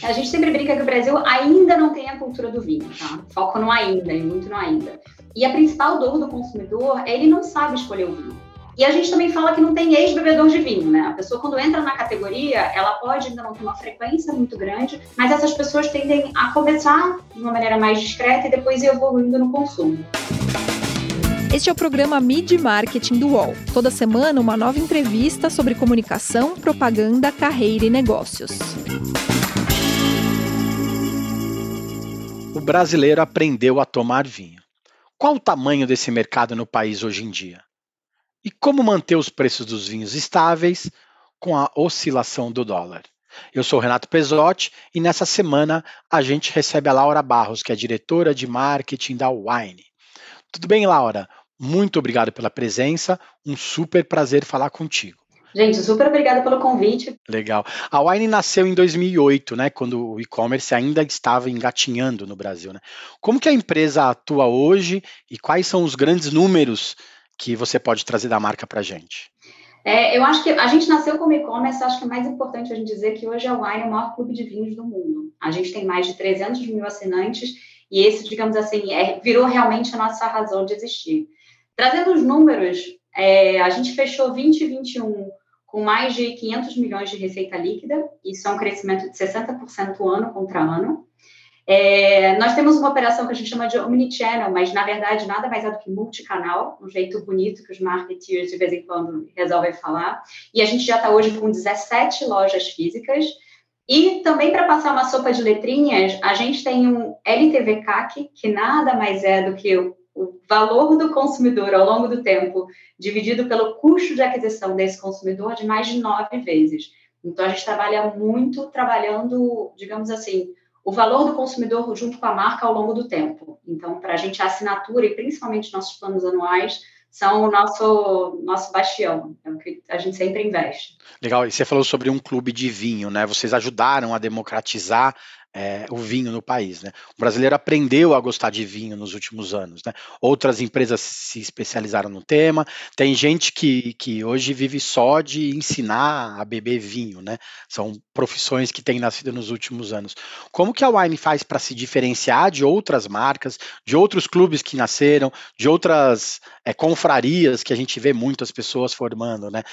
A gente sempre brinca que o Brasil ainda não tem a cultura do vinho, tá? Foco no ainda, e muito no ainda. E a principal dor do consumidor é ele não sabe escolher o vinho. E a gente também fala que não tem ex-bebedor de vinho, né? A pessoa, quando entra na categoria, ela pode ainda não ter uma frequência muito grande, mas essas pessoas tendem a começar de uma maneira mais discreta e depois ir evoluindo no consumo. Este é o programa Mid Marketing do UOL. Toda semana, uma nova entrevista sobre comunicação, propaganda, carreira e negócios. O brasileiro aprendeu a tomar vinho. Qual o tamanho desse mercado no país hoje em dia? E como manter os preços dos vinhos estáveis com a oscilação do dólar? Eu sou o Renato Pesotti e nessa semana a gente recebe a Laura Barros, que é diretora de marketing da Wine. Tudo bem, Laura? Muito obrigado pela presença, um super prazer falar contigo. Gente, super obrigada pelo convite. Legal. A Wine nasceu em 2008, né, quando o e-commerce ainda estava engatinhando no Brasil, né? Como que a empresa atua hoje e quais são os grandes números que você pode trazer da marca para a gente? Eu acho que a gente nasceu como e-commerce, acho que é mais importante a gente dizer que hoje a Wine é o maior clube de vinhos do mundo. A gente tem mais de 300 mil assinantes e esse, digamos assim, virou realmente a nossa razão de existir. Trazendo os números, a gente fechou 2021 com mais de 500 milhões de receita líquida, isso é um crescimento de 60% ano contra ano. Nós temos uma operação que a gente chama de omnichannel, mas na verdade nada mais é do que multicanal, um jeito bonito que os marketeers de vez em quando resolvem falar, e a gente já está hoje com 17 lojas físicas, e também para passar uma sopa de letrinhas, a gente tem um LTV/CAC, que nada mais é do que o valor do consumidor ao longo do tempo, dividido pelo custo de aquisição desse consumidor, de mais de 9 vezes. Então, a gente trabalha muito trabalhando, digamos assim, o valor do consumidor junto com a marca ao longo do tempo. Então, para a gente, a assinatura e principalmente nossos planos anuais são o nosso bastião, é o que a gente sempre investe. Legal, e você falou sobre um clube de vinho, né? Vocês ajudaram a democratizar o vinho no país, né? O brasileiro aprendeu a gostar de vinho nos últimos anos, né? Outras empresas se especializaram no tema. Tem gente que hoje vive só de ensinar a beber vinho, né? São profissões que têm nascido nos últimos anos. Como que a Wine faz para se diferenciar de outras marcas, de outros clubes que nasceram, de outras confrarias que a gente vê muitas pessoas formando, né?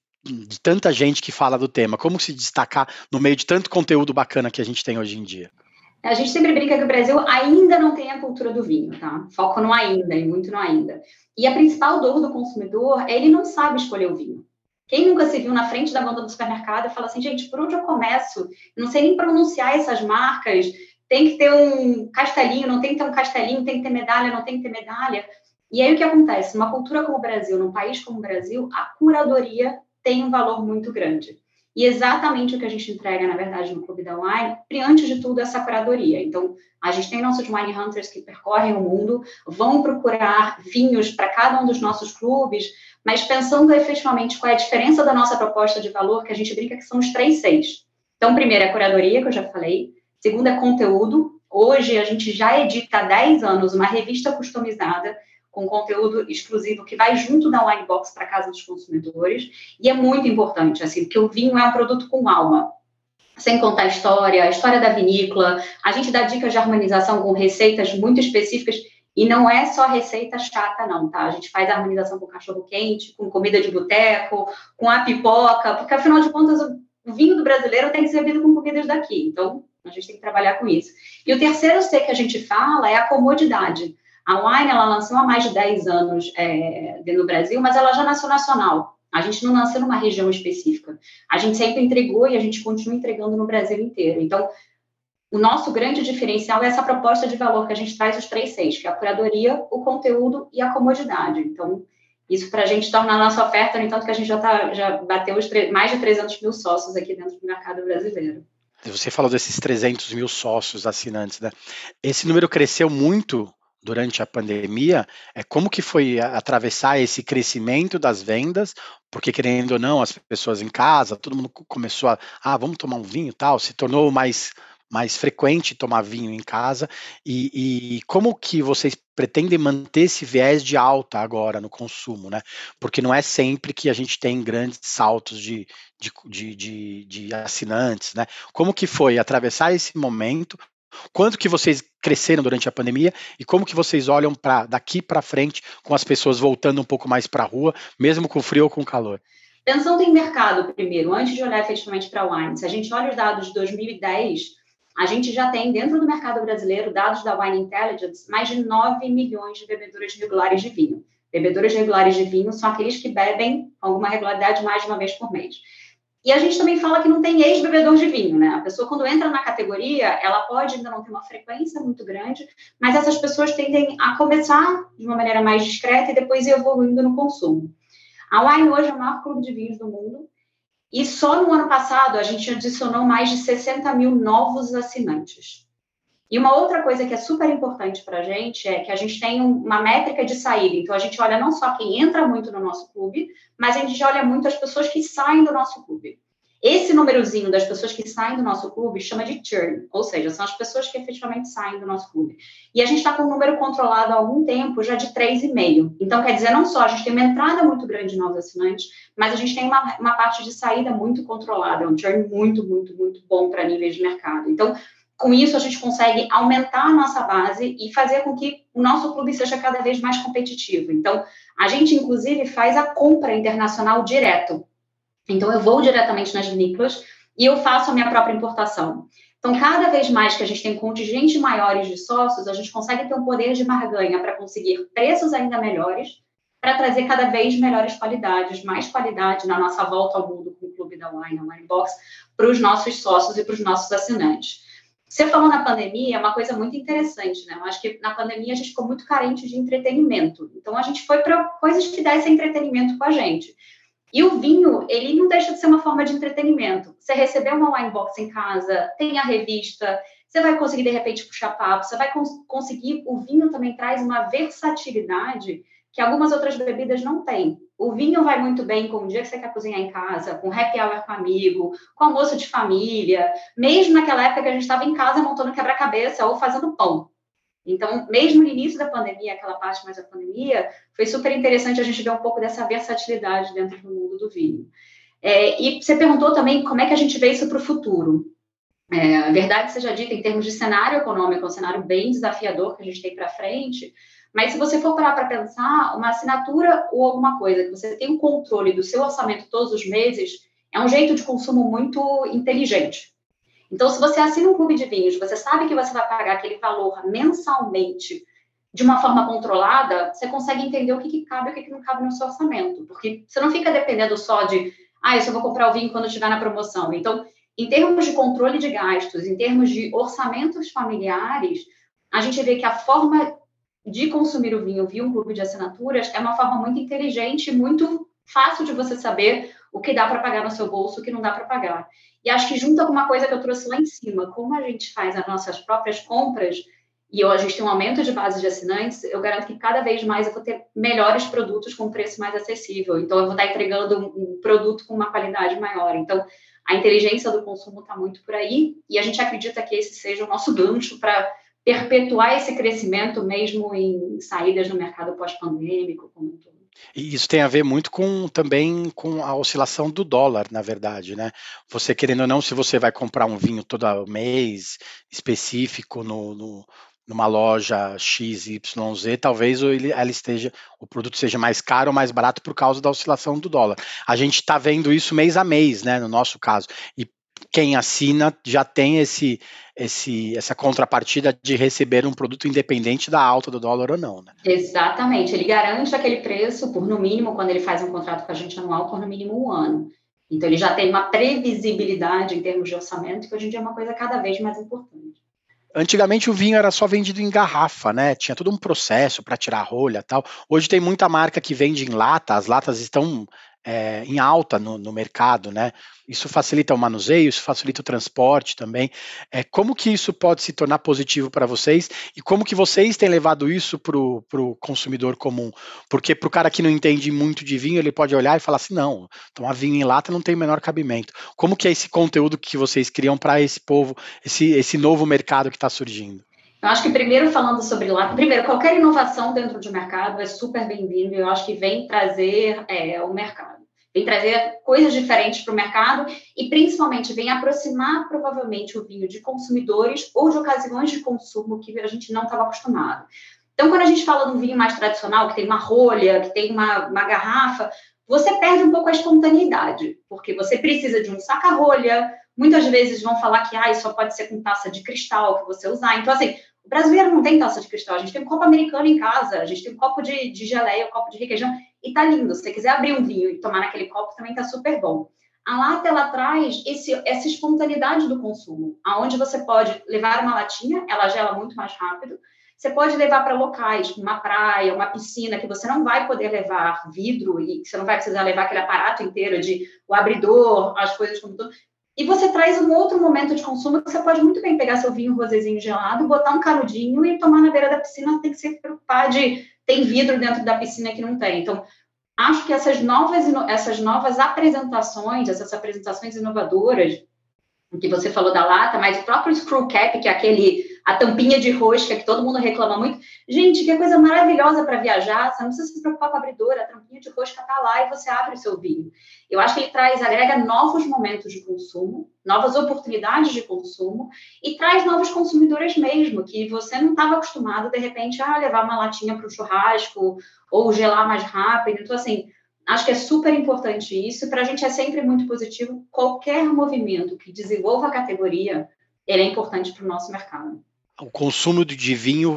De tanta gente que fala do tema, como se destacar no meio de tanto conteúdo bacana que a gente tem hoje em dia? A gente sempre brinca que o Brasil ainda não tem a cultura do vinho, tá? Foco no ainda, e muito no ainda. E a principal dor do consumidor é ele não sabe escolher o vinho. Quem nunca se viu na frente da gôndola do supermercado e fala assim, gente, por onde eu começo? Não sei nem pronunciar essas marcas, tem que ter um castelinho, não tem que ter um castelinho, tem que ter medalha, não tem que ter medalha. E aí o que acontece? Numa cultura como o Brasil, num país como o Brasil, a curadoria tem um valor muito grande. E exatamente o que a gente entrega, na verdade, no Clube da Wine, antes de tudo, essa curadoria. Então, a gente tem nossos Wine Hunters que percorrem o mundo, vão procurar vinhos para cada um dos nossos clubes, mas pensando efetivamente qual é a diferença da nossa proposta de valor, que a gente brinca que são os 3 Cs. Então, primeiro é a curadoria, que eu já falei. Segundo é conteúdo. Hoje, a gente já edita há 10 anos uma revista customizada com conteúdo exclusivo que vai junto da Wine Box para casa dos consumidores, e é muito importante, assim, porque o vinho é um produto com alma, sem contar a história da vinícola, a gente dá dicas de harmonização com receitas muito específicas, e não é só receita chata, não, tá? A gente faz a harmonização com cachorro-quente, com comida de boteco, com a pipoca, porque, afinal de contas, o vinho do brasileiro tem que ser bebido com comidas daqui, então a gente tem que trabalhar com isso. E o terceiro C que a gente fala é a comodidade. A Wine, ela lançou há mais de 10 anos no Brasil, mas ela já nasceu nacional. A gente não nasceu numa região específica. A gente sempre entregou e a gente continua entregando no Brasil inteiro. Então, o nosso grande diferencial é essa proposta de valor que a gente traz os 3 Cs, que é a curadoria, o conteúdo e a comodidade. Então, isso para a gente torna a nossa oferta, no entanto que a gente já bateu mais de 300 mil sócios aqui dentro do mercado brasileiro. Você falou desses 300 mil sócios assinantes, né? Esse número cresceu muito durante a pandemia. Como que foi atravessar esse crescimento das vendas, porque querendo ou não, as pessoas em casa, todo mundo começou vamos tomar um vinho e tal, se tornou mais mais frequente tomar vinho em casa, e como que vocês pretendem manter esse viés de alta agora no consumo, né? Porque não é sempre que a gente tem grandes saltos de assinantes, né? Como que foi atravessar esse momento? Quanto que vocês cresceram durante a pandemia e como que vocês olham para daqui para frente com as pessoas voltando um pouco mais para a rua, mesmo com frio ou com calor? Pensando em mercado primeiro, antes de olhar efetivamente para a Wine, se a gente olha os dados de 2010, a gente já tem dentro do mercado brasileiro, dados da Wine Intelligence, mais de 9 milhões de bebedoras regulares de vinho. Bebedoras regulares de vinho são aqueles que bebem com alguma regularidade mais de uma vez por mês. E a gente também fala que não tem ex-bebedor de vinho, né? A pessoa, quando entra na categoria, ela pode ainda não ter uma frequência muito grande, mas essas pessoas tendem a começar de uma maneira mais discreta e depois ir evoluindo no consumo. A Wine hoje é o maior clube de vinhos do mundo e só no ano passado a gente adicionou mais de 60 mil novos assinantes. E uma outra coisa que é super importante para a gente é que a gente tem uma métrica de saída. Então, a gente olha não só quem entra muito no nosso clube, mas a gente olha muito as pessoas que saem do nosso clube. Esse númerozinho das pessoas que saem do nosso clube chama de churn, ou seja, são as pessoas que efetivamente saem do nosso clube. E a gente está com um número controlado há algum tempo, já de 3,5. Então, quer dizer, não só a gente tem uma entrada muito grande de novos assinantes, mas a gente tem uma parte de saída muito controlada, um churn muito, muito, muito bom para níveis de mercado. Então, com isso, a gente consegue aumentar a nossa base e fazer com que o nosso clube seja cada vez mais competitivo. Então, a gente, inclusive, faz a compra internacional direto. Então, eu vou diretamente nas vinícolas e eu faço a minha própria importação. Então, cada vez mais que a gente tem contingentes maiores de sócios, a gente consegue ter um poder de barganha para conseguir preços ainda melhores, para trazer cada vez melhores qualidades, mais qualidade na nossa volta ao mundo com o Clube da Wine, a Wine Box, para os nossos sócios e para os nossos assinantes. Você falou na pandemia, é uma coisa muito interessante, né? Eu acho que na pandemia a gente ficou muito carente de entretenimento. Então, a gente foi para coisas que dessem entretenimento com a gente. E o vinho, ele não deixa de ser uma forma de entretenimento. Você recebeu uma wine box em casa, tem a revista, você vai conseguir, de repente, puxar papo, você vai conseguir... O vinho também traz uma versatilidade que algumas outras bebidas não têm. O vinho vai muito bem com o dia que você quer cozinhar em casa, com happy hour com amigo, com almoço de família, mesmo naquela época que a gente estava em casa montando quebra-cabeça ou fazendo pão. Então, mesmo no início da pandemia, aquela parte mais da pandemia, foi super interessante a gente ver um pouco dessa versatilidade dentro do mundo do vinho. E você perguntou também como é que a gente vê isso para o futuro. A verdade seja dita, em termos de cenário econômico, é um cenário bem desafiador que a gente tem para frente, mas se você for parar para pensar, uma assinatura ou alguma coisa que você tem um controle do seu orçamento todos os meses, é um jeito de consumo muito inteligente. Então, se você assina um clube de vinhos, você sabe que você vai pagar aquele valor mensalmente de uma forma controlada, você consegue entender o que cabe e o que não cabe no seu orçamento. Porque você não fica dependendo só de, eu só vou comprar o vinho quando estiver na promoção. Então, em termos de controle de gastos, em termos de orçamentos familiares, a gente vê que a forma de consumir o vinho via um clube de assinaturas é uma forma muito inteligente e muito fácil de você saber o que dá para pagar no seu bolso, o que não dá para pagar. E acho que junta com uma coisa que eu trouxe lá em cima, como a gente faz as nossas próprias compras, e a gente tem um aumento de base de assinantes, eu garanto que cada vez mais eu vou ter melhores produtos com preço mais acessível. Então, eu vou estar entregando um produto com uma qualidade maior. Então, a inteligência do consumo está muito por aí, e a gente acredita que esse seja o nosso gancho para perpetuar esse crescimento, mesmo em saídas no mercado pós-pandêmico, como um todo. E isso tem a ver muito também com a oscilação do dólar, na verdade, né? Você querendo ou não, se você vai comprar um vinho todo mês específico numa loja XYZ, talvez o produto seja mais caro ou mais barato por causa da oscilação do dólar. A gente está vendo isso mês a mês, né? No nosso caso. E quem assina já tem essa contrapartida de receber um produto independente da alta do dólar ou não, né? Exatamente, ele garante aquele preço por, no mínimo, quando ele faz um contrato com a gente anual, por no mínimo 1 ano. Então, ele já tem uma previsibilidade em termos de orçamento, que hoje em dia é uma coisa cada vez mais importante. Antigamente o vinho era só vendido em garrafa, né? Tinha todo um processo para tirar a rolha e tal. Hoje tem muita marca que vende em lata, as latas estão em alta no mercado, né? Isso facilita o manuseio, isso facilita o transporte também. Como que isso pode se tornar positivo para vocês e como que vocês têm levado isso para o consumidor comum? Porque para o cara que não entende muito de vinho, ele pode olhar e falar assim, não, tomar vinho em lata não tem o menor cabimento. Como que é esse conteúdo que vocês criam para esse povo, esse novo mercado que está surgindo? Eu acho que primeiro falando sobre lata, primeiro, qualquer inovação dentro de mercado é super bem-vindo, eu acho que vem trazer o mercado, vem trazer coisas diferentes para o mercado e principalmente vem aproximar provavelmente o vinho de consumidores ou de ocasiões de consumo que a gente não estava acostumado. Então, quando a gente fala de um vinho mais tradicional, que tem uma rolha, que tem uma garrafa, você perde um pouco a espontaneidade, porque você precisa de um saca-rolha, muitas vezes vão falar que só pode ser com taça de cristal que você usar. Então, assim, o brasileiro não tem taça de cristal, a gente tem um copo americano em casa, a gente tem um copo de geleia, um copo de requeijão, e tá lindo. Se você quiser abrir um vinho e tomar naquele copo, também tá super bom. A lata, ela traz essa espontaneidade do consumo, aonde você pode levar uma latinha, ela gela muito mais rápido, você pode levar para locais, uma praia, uma piscina, que você não vai poder levar vidro e você não vai precisar levar aquele aparato inteiro de o abridor, as coisas como tudo. E você traz um outro momento de consumo que você pode muito bem pegar seu vinho rosézinho gelado, botar um canudinho e tomar na beira da piscina, tem que se preocupar de tem vidro dentro da piscina que não tem. Então, acho que essas novas apresentações, essas apresentações inovadoras, que você falou da lata, mas o próprio screw cap, que é a tampinha de rosca que todo mundo reclama muito. Gente, que coisa maravilhosa para viajar, você não precisa se preocupar com a abridora, a tampinha de rosca está lá e você abre o seu vinho. Eu acho que ele agrega novos momentos de consumo, novas oportunidades de consumo e traz novos consumidores mesmo, que você não estava acostumado, de repente, a levar uma latinha para o churrasco ou gelar mais rápido. Então, assim, acho que é super importante isso, para a gente é sempre muito positivo. Qualquer movimento que desenvolva a categoria, ele é importante para o nosso mercado. O consumo de vinho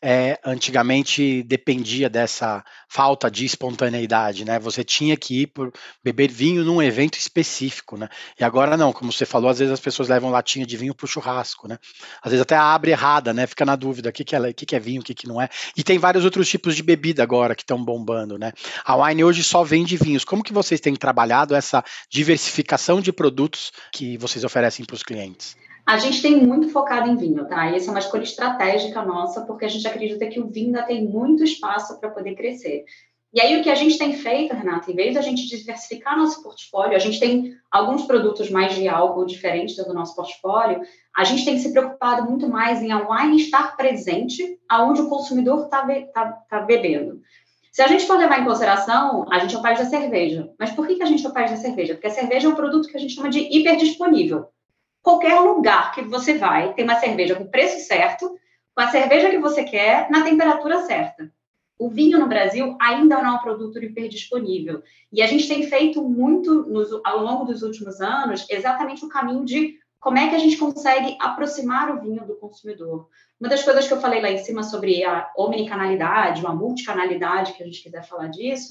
antigamente dependia dessa falta de espontaneidade, né? Você tinha que ir beber vinho num evento específico, né? E agora não, como você falou, às vezes as pessoas levam latinha de vinho para o churrasco, né? Às vezes até abre errada, né? Fica na dúvida, o que é vinho, o que não é. E tem vários outros tipos de bebida agora que estão bombando, né? A Wine hoje só vende vinhos. Como que vocês têm trabalhado essa diversificação de produtos que vocês oferecem para os clientes? A gente tem muito focado em vinho, tá? E essa é uma escolha estratégica nossa, porque a gente acredita que o vinho ainda tem muito espaço para poder crescer. E aí, o que a gente tem feito, Renata, em vez da gente diversificar nosso portfólio, a gente tem alguns produtos mais de álcool diferentes do nosso portfólio, a gente tem se preocupado muito mais em a wine estar presente aonde o consumidor tá bebendo. Se a gente for levar em consideração, a gente é o país da cerveja. Mas por que a gente é o país da cerveja? Porque a cerveja é um produto que a gente chama de hiperdisponível. Qualquer lugar que você vai, tem uma cerveja com o preço certo, com a cerveja que você quer, na temperatura certa. O vinho no Brasil ainda não é um produto hiperdisponível. E a gente tem feito muito, ao longo dos últimos anos, exatamente o caminho de como é que a gente consegue aproximar o vinho do consumidor. Uma das coisas que eu falei lá em cima sobre a omnicanalidade, ou a multicanalidade, que a gente quiser falar disso,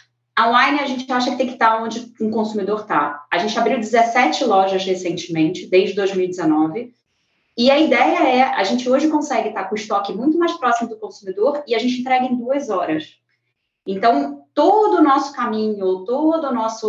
a Wine a gente acha que tem que estar onde um consumidor está. A gente abriu 17 lojas recentemente, desde 2019, e a ideia a gente hoje consegue estar com o estoque muito mais próximo do consumidor e a gente entrega em 2 horas. Então, todo o nosso caminho, toda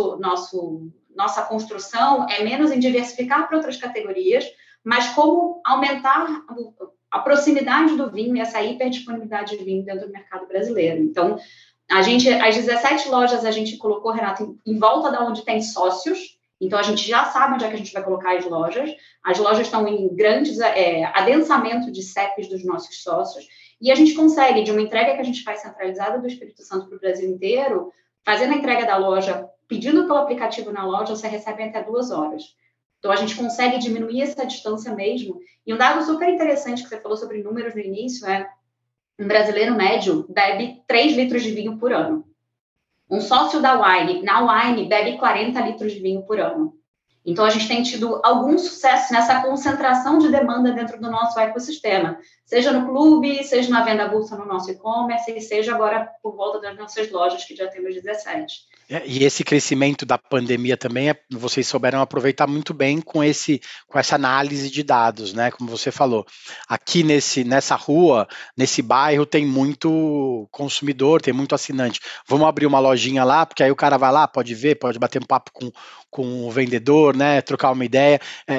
nossa construção é menos em diversificar para outras categorias, mas como aumentar a proximidade do vinho e essa hiperdisponibilidade de vinho dentro do mercado brasileiro. Então, as 17 lojas a gente colocou, Renato, em volta de onde tem sócios, então a gente já sabe onde é que a gente vai colocar as lojas estão em grandes adensamento de CEPs dos nossos sócios, e a gente consegue, de uma entrega que a gente faz centralizada do Espírito Santo para o Brasil inteiro, fazendo a entrega da loja, pedindo pelo aplicativo na loja, você recebe até 2 horas. Então a gente consegue diminuir essa distância mesmo, e um dado super interessante que você falou sobre números no início um brasileiro médio bebe 3 litros de vinho por ano. Um sócio da Wine, na Wine, bebe 40 litros de vinho por ano. Então, a gente tem tido algum sucesso nessa concentração de demanda dentro do nosso ecossistema, seja no clube, seja na venda avulsa no nosso e-commerce, e seja agora por volta das nossas lojas, que já temos 17. E esse crescimento da pandemia também, vocês souberam aproveitar muito bem com essa análise de dados, né? Como você falou, aqui nessa rua, nesse bairro, tem muito consumidor, tem muito assinante. Vamos abrir uma lojinha lá, porque aí o cara vai lá, pode ver, pode bater um papo com o vendedor, né? Trocar uma ideia,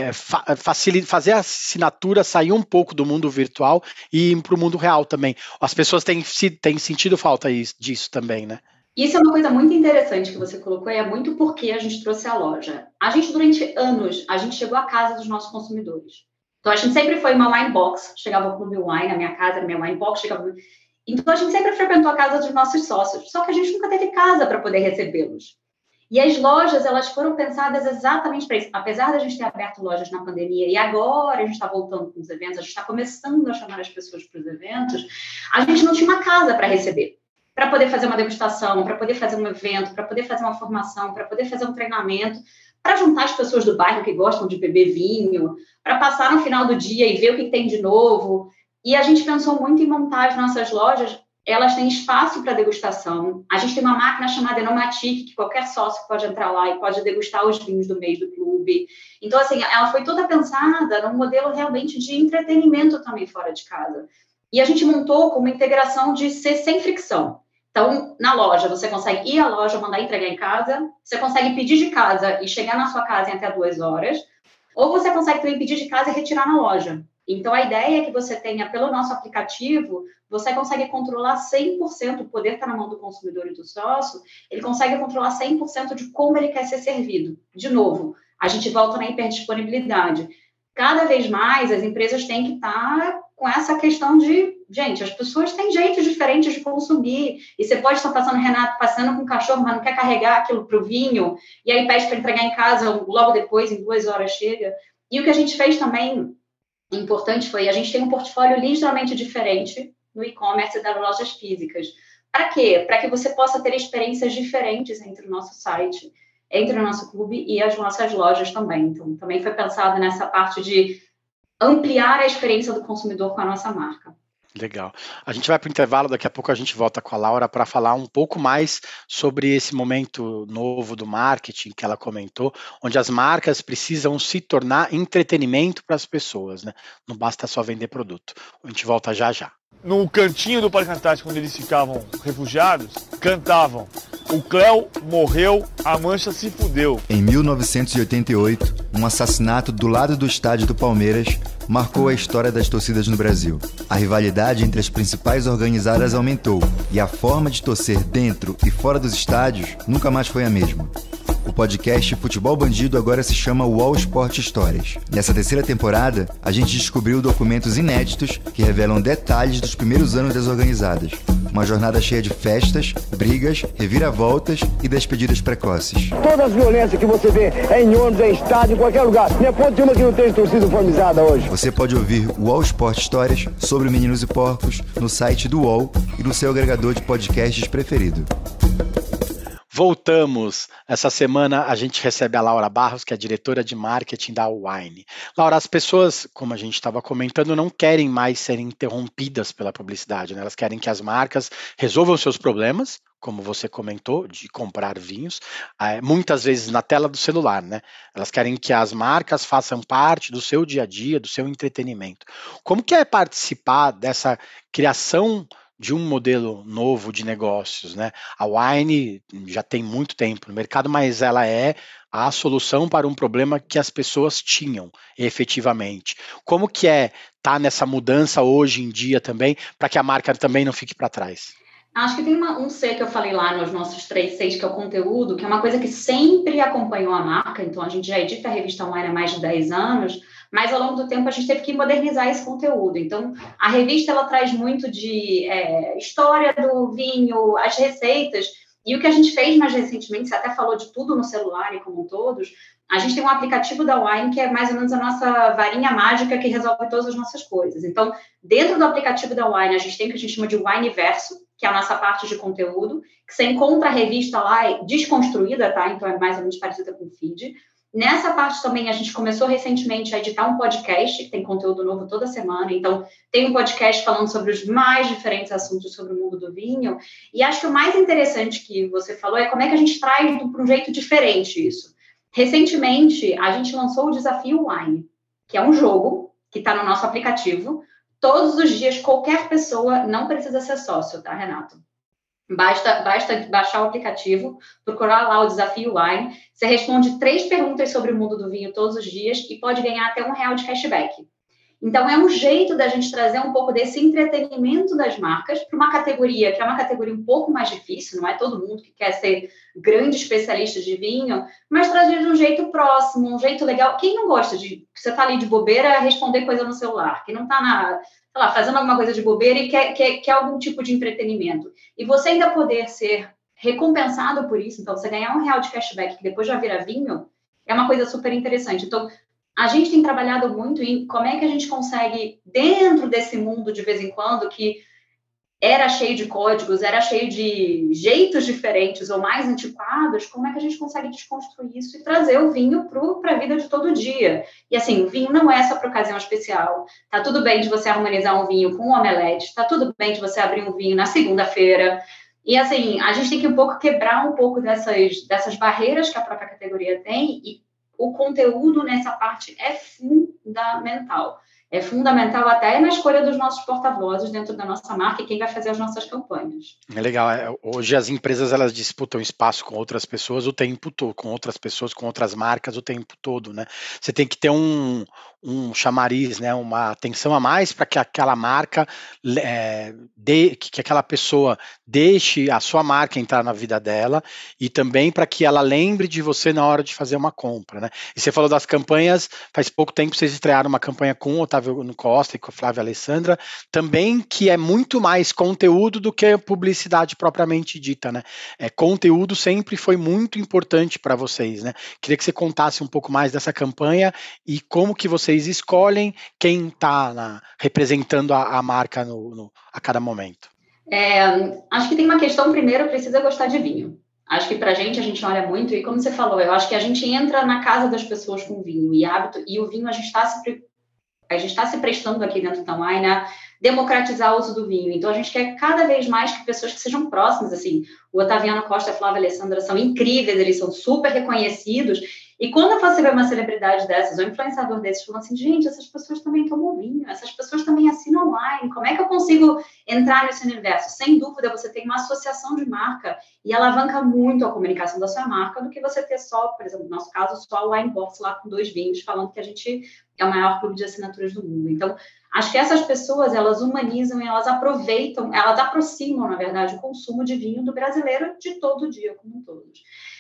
fazer a assinatura sair um pouco do mundo virtual e ir para o mundo real também. As pessoas têm sentido falta disso também, né? Isso é uma coisa muito interessante que você colocou, e é muito porque a gente trouxe a loja. A gente, durante anos, a gente chegou à casa dos nossos consumidores. Então, a gente sempre foi uma wine box, chegava ao Clube Wine, na minha casa, na minha wine box, chegava... Então, a gente sempre frequentou a casa dos nossos sócios, só que a gente nunca teve casa para poder recebê-los. E as lojas, elas foram pensadas exatamente para isso. Apesar da gente ter aberto lojas na pandemia, e agora a gente está voltando com os eventos, a gente está começando a chamar as pessoas para os eventos, a gente não tinha uma casa para receber, para poder fazer uma degustação, para poder fazer um evento, para poder fazer uma formação, para poder fazer um treinamento, para juntar as pessoas do bairro que gostam de beber vinho, para passar no final do dia e ver o que tem de novo. E a gente pensou muito em montar as nossas lojas. Elas têm espaço para degustação. A gente tem uma máquina chamada Enomatic, que qualquer sócio pode entrar lá e pode degustar os vinhos do mês do clube. Então, assim, ela foi toda pensada num modelo realmente de entretenimento também fora de casa. E a gente montou com uma integração de ser sem fricção. Então, na loja, você consegue ir à loja, mandar entregar em casa, você consegue pedir de casa e chegar na sua casa em até 2 horas, ou você consegue também pedir de casa e retirar na loja. Então, a ideia é que você tenha, pelo nosso aplicativo, você consegue controlar 100%, o poder está na mão do consumidor e do sócio, ele consegue controlar 100% de como ele quer ser servido. De novo, a gente volta na hiperdisponibilidade. Cada vez mais, as empresas têm que estar com essa questão de, gente, as pessoas têm jeitos diferentes de consumir, e você pode estar passando com o cachorro, mas não quer carregar aquilo para o vinho, e aí pede para entregar em casa, logo depois, em 2 horas chega. E o que a gente fez também, importante, foi, a gente tem um portfólio ligeiramente diferente no e-commerce das lojas físicas. Para quê? Para que você possa ter experiências diferentes entre o nosso site, entre o nosso clube e as nossas lojas também. Então, também foi pensado nessa parte de ampliar a experiência do consumidor com a nossa marca. Legal. A gente vai para o intervalo, daqui a pouco a gente volta com a Laura para falar um pouco mais sobre esse momento novo do marketing que ela comentou, onde as marcas precisam se tornar entretenimento para as pessoas, né? Não basta só vender produto. A gente volta já já. No cantinho do Parque Antártico, onde eles ficavam refugiados, cantavam: "O Cléo morreu, a Mancha se fudeu". Em 1988, um assassinato do lado do estádio do Palmeiras marcou a história das torcidas no Brasil. A rivalidade entre as principais organizadas aumentou e a forma de torcer dentro e fora dos estádios nunca mais foi a mesma. O podcast Futebol Bandido agora se chama UOL Esporte Histórias. Nessa 3ª temporada, a gente descobriu documentos inéditos que revelam detalhes dos primeiros anos das organizadas. Uma jornada cheia de festas, brigas, reviravoltas e despedidas precoces. Todas as violências que você vê é em ônibus, é em estádio, em qualquer lugar. Me aponte uma que não tem torcida uniformizada hoje. Você pode ouvir o UOL Esporte Histórias sobre Meninos e Porcos no site do UOL e no seu agregador de podcasts preferido. Voltamos. Essa semana a gente recebe a Laura Barros, que é diretora de marketing da Wine. Laura, as pessoas, como a gente estava comentando, não querem mais ser interrompidas pela publicidade, né? Elas querem que as marcas resolvam seus problemas, como você comentou, de comprar vinhos, muitas vezes na tela do celular, né? Elas querem que as marcas façam parte do seu dia a dia, do seu entretenimento. Como que é participar dessa criação de um modelo novo de negócios, né? A Wine já tem muito tempo no mercado, mas ela é a solução para um problema que as pessoas tinham, efetivamente. Como que é estar nessa mudança hoje em dia também, para que a marca também não fique para trás? Acho que tem um C que eu falei lá nos nossos 3 Cs, que é o conteúdo, que é uma coisa que sempre acompanhou a marca. Então, a gente já edita a revista Wine há mais de 10 anos, mas ao longo do tempo a gente teve que modernizar esse conteúdo. Então, a revista ela traz muito de história do vinho, as receitas, e o que a gente fez mais recentemente, você até falou de tudo no celular e como todos, a gente tem um aplicativo da Wine que é mais ou menos a nossa varinha mágica que resolve todas as nossas coisas. Então, dentro do aplicativo da Wine, a gente tem o que a gente chama de Wineverso, que é a nossa parte de conteúdo, que você encontra a revista lá desconstruída, tá? Então, é mais ou menos parecida com o feed. Nessa parte também, a gente começou recentemente a editar um podcast, que tem conteúdo novo toda semana. Então, tem um podcast falando sobre os mais diferentes assuntos sobre o mundo do vinho. E acho que o mais interessante que você falou é como é que a gente traz para um jeito diferente isso. Recentemente, a gente lançou o Desafio Wine, que é um jogo que está no nosso aplicativo. Todos os dias, qualquer pessoa, não precisa ser sócio, tá, Renato? Basta baixar o aplicativo, procurar lá o Desafio Wine. Você responde 3 perguntas sobre o mundo do vinho todos os dias e pode ganhar até R$1 de cashback. Então, é um jeito da gente trazer um pouco desse entretenimento das marcas para uma categoria que é uma categoria um pouco mais difícil, não é todo mundo que quer ser grande especialista de vinho, mas trazer de um jeito próximo, um jeito legal. Quem não gosta de você tá ali de bobeira responder coisa no celular, que não está fazendo alguma coisa de bobeira e quer algum tipo de entretenimento. E você ainda poder ser recompensado por isso, então você ganhar R$1 de cashback, que depois já vira vinho, é uma coisa super interessante. Então, a gente tem trabalhado muito em como é que a gente consegue, dentro desse mundo, de vez em quando, que era cheio de códigos, era cheio de jeitos diferentes ou mais antiquados, como é que a gente consegue desconstruir isso e trazer o vinho para a vida de todo dia. E assim, o vinho não é só para ocasião especial. Tá tudo bem de você harmonizar um vinho com um omelete, tá tudo bem de você abrir um vinho na segunda-feira. E assim, a gente tem que quebrar um pouco dessas barreiras que a própria categoria tem, e o conteúdo nessa parte é fundamental. É fundamental até na escolha dos nossos porta-vozes dentro da nossa marca e quem vai fazer as nossas campanhas. É legal. Hoje as empresas elas disputam espaço com outras pessoas o tempo todo, com outras pessoas, com outras marcas o tempo todo, né? Você tem que ter um chamariz, né? Uma atenção a mais para que aquela marca, que aquela pessoa deixe a sua marca entrar na vida dela e também para que ela lembre de você na hora de fazer uma compra, né? E você falou das campanhas, faz pouco tempo vocês estrearam uma campanha com o Otávio Costa e com a Flávia Alessandra, também que é muito mais conteúdo do que publicidade propriamente dita, né? Conteúdo sempre foi muito importante para vocês, né? Queria que você contasse um pouco mais dessa campanha e como que vocês escolhem quem está representando a marca a cada momento. Acho que tem uma questão, primeiro, precisa gostar de vinho. Acho que pra a gente olha muito, e como você falou, eu acho que a gente entra na casa das pessoas com vinho e hábito, e o vinho a gente está se prestando aqui dentro da Wine a democratizar o uso do vinho. Então, a gente quer cada vez mais que pessoas que sejam próximas, assim, o Otaviano Costa e a Flávia Alessandra são incríveis, eles são super reconhecidos, e quando você vê uma celebridade dessas, ou um influenciador desses, falando assim, gente, essas pessoas também tomam vinho, essas pessoas também assinam Wine, como é que eu consigo entrar nesse universo? Sem dúvida, você tem uma associação de marca e alavanca muito a comunicação da sua marca do que você ter só, por exemplo, no nosso caso, só o Wine Box lá com 2 vinhos, falando que a gente é o maior clube de assinaturas do mundo. Então, acho que essas pessoas, elas humanizam e elas aproveitam, elas aproximam, na verdade, o consumo de vinho do brasileiro de todo dia, como todos.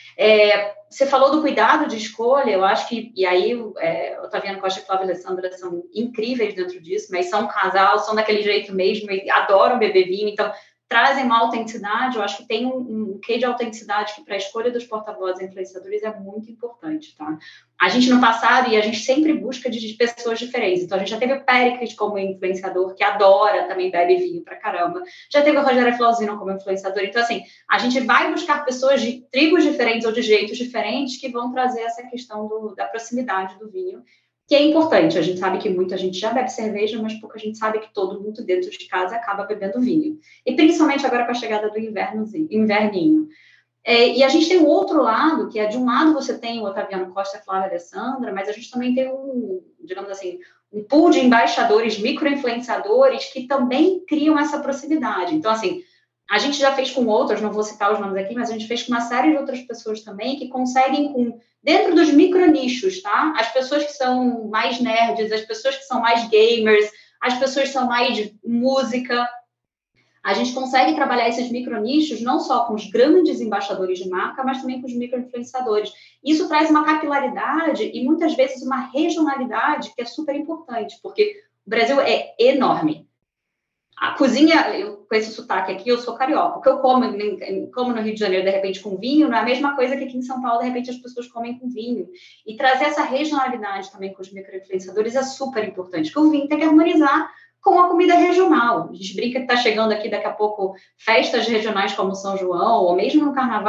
Você falou do cuidado de escolha, eu acho que, e aí Otaviano Costa e Flávia Alessandra são incríveis dentro disso, mas são um casal, são daquele jeito mesmo, e adoram beber vinho, então trazem uma autenticidade. Eu acho que tem um quê de autenticidade que para a escolha dos porta-vozes e influenciadores é muito importante, tá? A gente no passado, e a gente sempre busca de pessoas diferentes, então a gente já teve o Péricles como influenciador, que adora, também bebe vinho pra caramba, já teve o Rogério Flauzino como influenciador, então assim, a gente vai buscar pessoas de tribos diferentes ou de jeitos diferentes que vão trazer essa questão da proximidade do vinho, que é importante. A gente sabe que muita gente já bebe cerveja, mas pouca gente sabe que todo mundo dentro de casa acaba bebendo vinho. E principalmente agora com a chegada do inverninho. E a gente tem um outro lado, que é, de um lado você tem o Otaviano Costa e a Flávia Alessandra, mas a gente também tem digamos assim, um pool de embaixadores, micro-influenciadores que também criam essa proximidade. Então, assim, a gente já fez com outras, não vou citar os nomes aqui, mas a gente fez com uma série de outras pessoas também que conseguem, dentro dos micronichos, tá? As pessoas que são mais nerds, as pessoas que são mais gamers, as pessoas que são mais de música. A gente consegue trabalhar esses micronichos não só com os grandes embaixadores de marca, mas também com os micro-influenciadores. Isso traz uma capilaridade e muitas vezes uma regionalidade que é super importante, porque o Brasil é enorme. A cozinha, eu com esse sotaque aqui, eu sou carioca. O que eu como no Rio de Janeiro, de repente, com vinho, não é a mesma coisa que aqui em São Paulo, de repente, as pessoas comem com vinho. E trazer essa regionalidade também com os micro-influenciadores é super importante, porque o vinho tem que harmonizar com a comida regional. A gente brinca que está chegando aqui daqui a pouco festas regionais como São João, ou mesmo no Carnaval,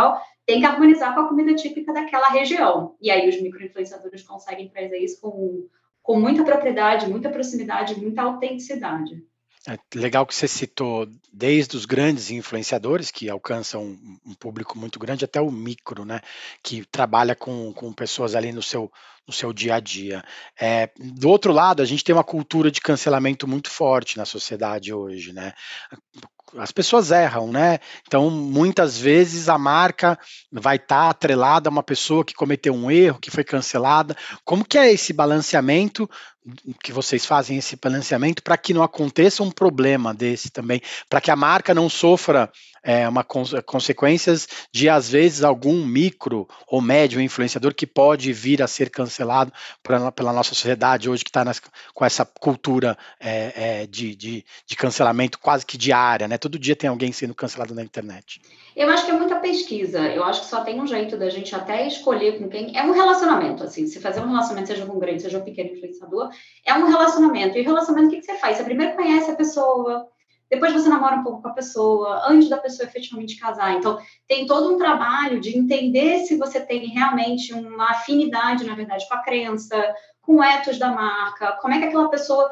tem que harmonizar com a comida típica daquela região. E aí os micro-influenciadores conseguem trazer isso com muita propriedade, muita proximidade, muita autenticidade. É legal que você citou desde os grandes influenciadores, que alcançam um público muito grande, até o micro, né, que trabalha com pessoas ali no seu dia a dia. Do outro lado, a gente tem uma cultura de cancelamento muito forte na sociedade hoje, né? As pessoas erram, né? Então, muitas vezes a marca vai estar atrelada a uma pessoa que cometeu um erro, que foi cancelada. Como que é esse balanceamento, que vocês fazem esse balanceamento para que não aconteça um problema desse também, para que a marca não sofra consequências de, às vezes, algum micro ou médio influenciador que pode vir a ser cancelado pela nossa sociedade hoje, que está com essa cultura de cancelamento quase que diária, né? Todo dia tem alguém sendo cancelado na internet. Eu acho que é muita pesquisa. Eu acho que só tem um jeito da gente até escolher com quem. É um relacionamento, assim. Se fazer um relacionamento, seja com um grande, seja um pequeno influenciador, é um relacionamento. E relacionamento, o que você faz? Você primeiro conhece a pessoa, depois você namora um pouco com a pessoa, antes da pessoa efetivamente casar. Então, tem todo um trabalho de entender se você tem realmente uma afinidade, na verdade, com a crença, com o ethos da marca, como é que aquela pessoa...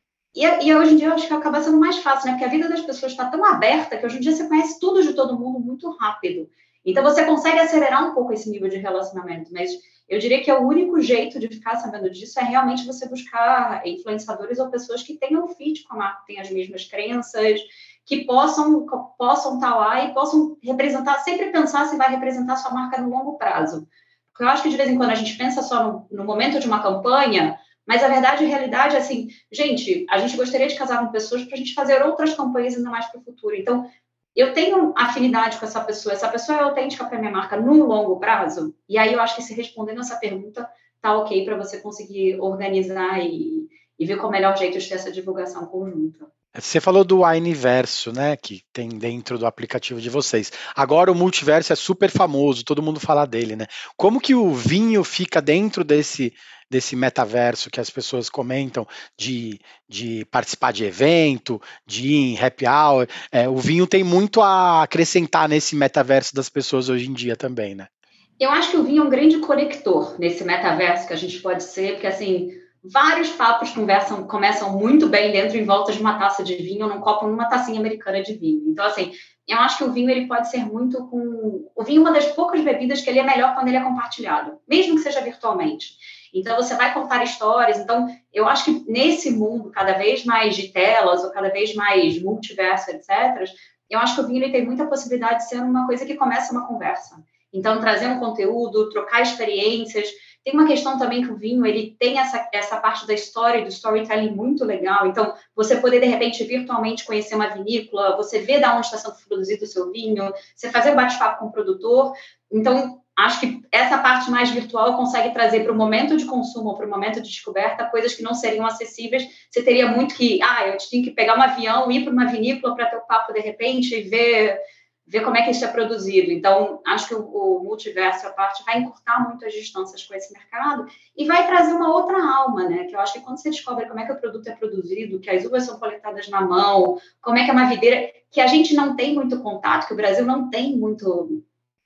E hoje em dia eu acho que acaba sendo mais fácil, né? Porque a vida das pessoas está tão aberta que hoje em dia você conhece tudo de todo mundo muito rápido. Então você consegue acelerar um pouco esse nível de relacionamento. Mas eu diria que é o único jeito de ficar sabendo disso é realmente você buscar influenciadores ou pessoas que tenham fit com a marca, que tenham as mesmas crenças, que possam estar lá e possam representar, sempre pensar se vai representar sua marca no longo prazo. Porque eu acho que de vez em quando a gente pensa só no momento de uma campanha, mas a verdade e a realidade é assim, gente, a gente gostaria de casar com pessoas para a gente fazer outras campanhas ainda mais para o futuro. Então, eu tenho afinidade com essa pessoa é autêntica para minha marca no longo prazo? E aí eu acho que se respondendo essa pergunta, tá ok para você conseguir organizar e ver qual é o melhor jeito de ter essa divulgação conjunta. Você falou do Wineverso, né, que tem dentro do aplicativo de vocês. Agora o multiverso é super famoso, todo mundo fala dele, né? Como que o vinho fica dentro desse metaverso que as pessoas comentam de participar de evento, de ir em happy hour? O vinho tem muito a acrescentar nesse metaverso das pessoas hoje em dia também, né? Eu acho que o vinho é um grande conector nesse metaverso que a gente pode ser, porque assim... Vários papos começam muito bem dentro em volta de uma taça de vinho, num copo, numa tacinha americana de vinho. Então, assim, eu acho que o vinho ele pode ser muito com... O vinho é uma das poucas bebidas que ele é melhor quando ele é compartilhado, mesmo que seja virtualmente. Então, você vai contar histórias. Então, eu acho que nesse mundo cada vez mais de telas ou cada vez mais multiverso, etc., eu acho que o vinho ele tem muita possibilidade de ser uma coisa que começa uma conversa. Então, trazer um conteúdo, trocar experiências... Tem uma questão também que o vinho, ele tem essa parte da história e do storytelling muito legal. Então, você poder, de repente, virtualmente conhecer uma vinícola, você ver de onde está sendo produzido o seu vinho, você fazer bate-papo com o produtor. Então, acho que essa parte mais virtual consegue trazer para o momento de consumo, para o momento de descoberta, coisas que não seriam acessíveis. Você teria muito que, eu tinha que pegar um avião, ir para uma vinícola para ter o papo, de repente, e ver como é que isso é produzido. Então, acho que o multiverso, a parte, vai encurtar muito as distâncias com esse mercado e vai trazer uma outra alma, né? Que eu acho que quando você descobre como é que o produto é produzido, que as uvas são coletadas na mão, como é que é uma videira, que a gente não tem muito contato, que o Brasil não tem muito...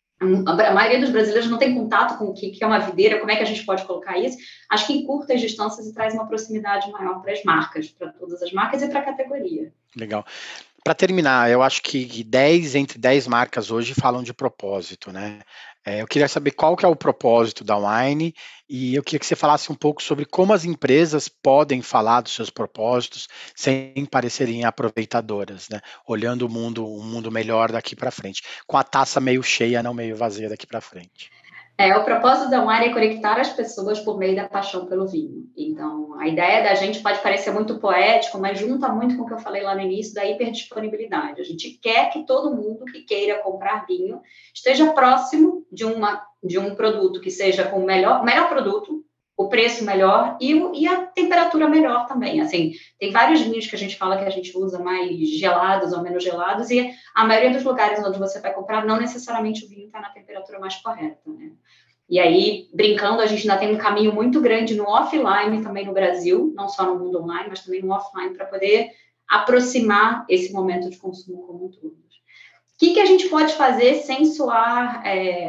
A maioria dos brasileiros não tem contato com o que é uma videira, como é que a gente pode colocar isso. Acho que encurta as distâncias e traz uma proximidade maior para as marcas, para todas as marcas e para a categoria. Legal. Para terminar, eu acho que entre 10 marcas hoje falam de propósito, né? Eu queria saber qual que é o propósito da Wine e eu queria que você falasse um pouco sobre como as empresas podem falar dos seus propósitos sem parecerem aproveitadoras, né? Olhando um mundo melhor daqui para frente, com a taça meio cheia, não meio vazia daqui para frente. O propósito da Wine é conectar as pessoas por meio da paixão pelo vinho. Então, a ideia da gente pode parecer muito poético, mas junta muito com o que eu falei lá no início da hiperdisponibilidade. A gente quer que todo mundo que queira comprar vinho esteja próximo de um produto que seja com o melhor produto, o preço melhor e a temperatura melhor também. Assim, tem vários vinhos que a gente fala que a gente usa mais gelados ou menos gelados e a maioria dos lugares onde você vai comprar, não necessariamente o vinho está na temperatura mais correta, né? E aí, brincando, a gente ainda tem um caminho muito grande no offline também no Brasil, não só no mundo online, mas também no offline, para poder aproximar esse momento de consumo como um todo. que a gente pode fazer sem soar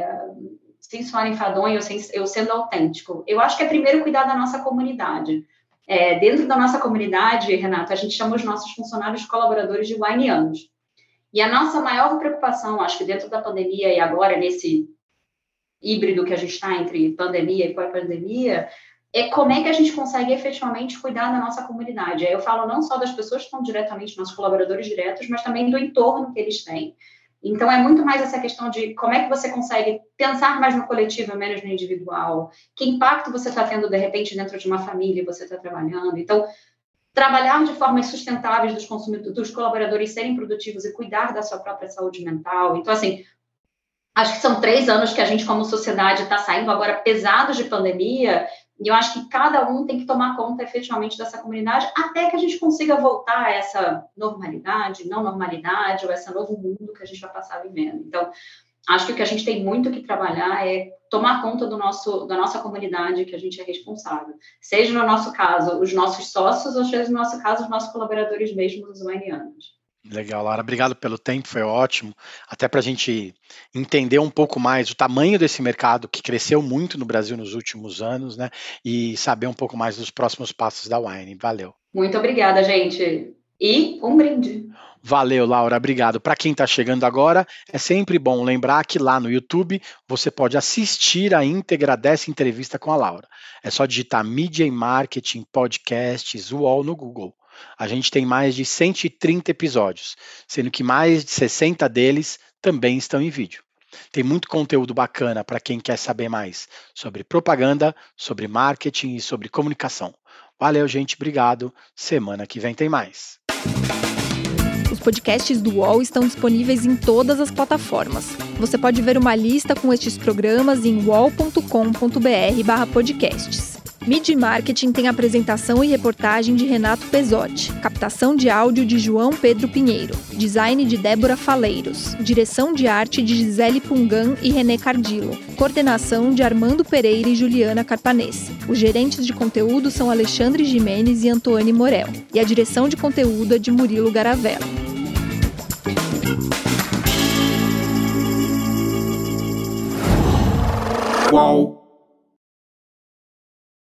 enfadonho ou sendo autêntico? Eu acho que é primeiro cuidar da nossa comunidade. Dentro da nossa comunidade, Renato, a gente chama os nossos funcionários colaboradores de wineanos. E a nossa maior preocupação, acho que dentro da pandemia e agora nesse híbrido que a gente está entre pandemia e pós-pandemia, é como é que a gente consegue efetivamente cuidar da nossa comunidade. Aí eu falo não só das pessoas que estão diretamente, nossos colaboradores diretos, mas também do entorno que eles têm. Então, é muito mais essa questão de como é que você consegue pensar mais no coletivo e menos no individual. Que impacto você está tendo, de repente, dentro de uma família e você está trabalhando. Então, trabalhar de formas sustentáveis dos consumidores, dos colaboradores serem produtivos e cuidar da sua própria saúde mental. Então, assim, acho que são 3 anos que a gente, como sociedade, está saindo agora pesados de pandemia, e eu acho que cada um tem que tomar conta efetivamente dessa comunidade até que a gente consiga voltar a essa normalidade, não normalidade, ou esse novo mundo que a gente vai passar vivendo. Então, acho que o que a gente tem muito que trabalhar é tomar conta da nossa comunidade, que a gente é responsável. Seja, no nosso caso, os nossos sócios, ou seja, no nosso caso, os nossos colaboradores mesmo, os wineanos. Legal, Laura. Obrigado pelo tempo, foi ótimo. Até para a gente entender um pouco mais o tamanho desse mercado que cresceu muito no Brasil nos últimos anos, né? E saber um pouco mais dos próximos passos da Wine. Valeu. Muito obrigada, gente. E um brinde. Valeu, Laura. Obrigado. Para quem está chegando agora, é sempre bom lembrar que lá no YouTube você pode assistir a íntegra dessa entrevista com a Laura. É só digitar Mídia e Marketing Podcasts UOL no Google. A gente tem mais de 130 episódios, sendo que mais de 60 deles também estão em vídeo. Tem muito conteúdo bacana para quem quer saber mais sobre propaganda, sobre marketing e sobre comunicação. Valeu, gente. Obrigado. Semana que vem tem mais. Os podcasts do UOL estão disponíveis em todas as plataformas. Você pode ver uma lista com estes programas em uol.com.br/podcasts. Mídia e Marketing tem apresentação e reportagem de Renato Pesotti, captação de áudio de João Pedro Pinheiro, design de Débora Faleiros, direção de arte de Gisele Pungan e René Cardillo, coordenação de Armando Pereira e Juliana Carpanese. Os gerentes de conteúdo são Alexandre Jimenez e Antoine Morel, e a direção de conteúdo é de Murilo Garavella. Uau!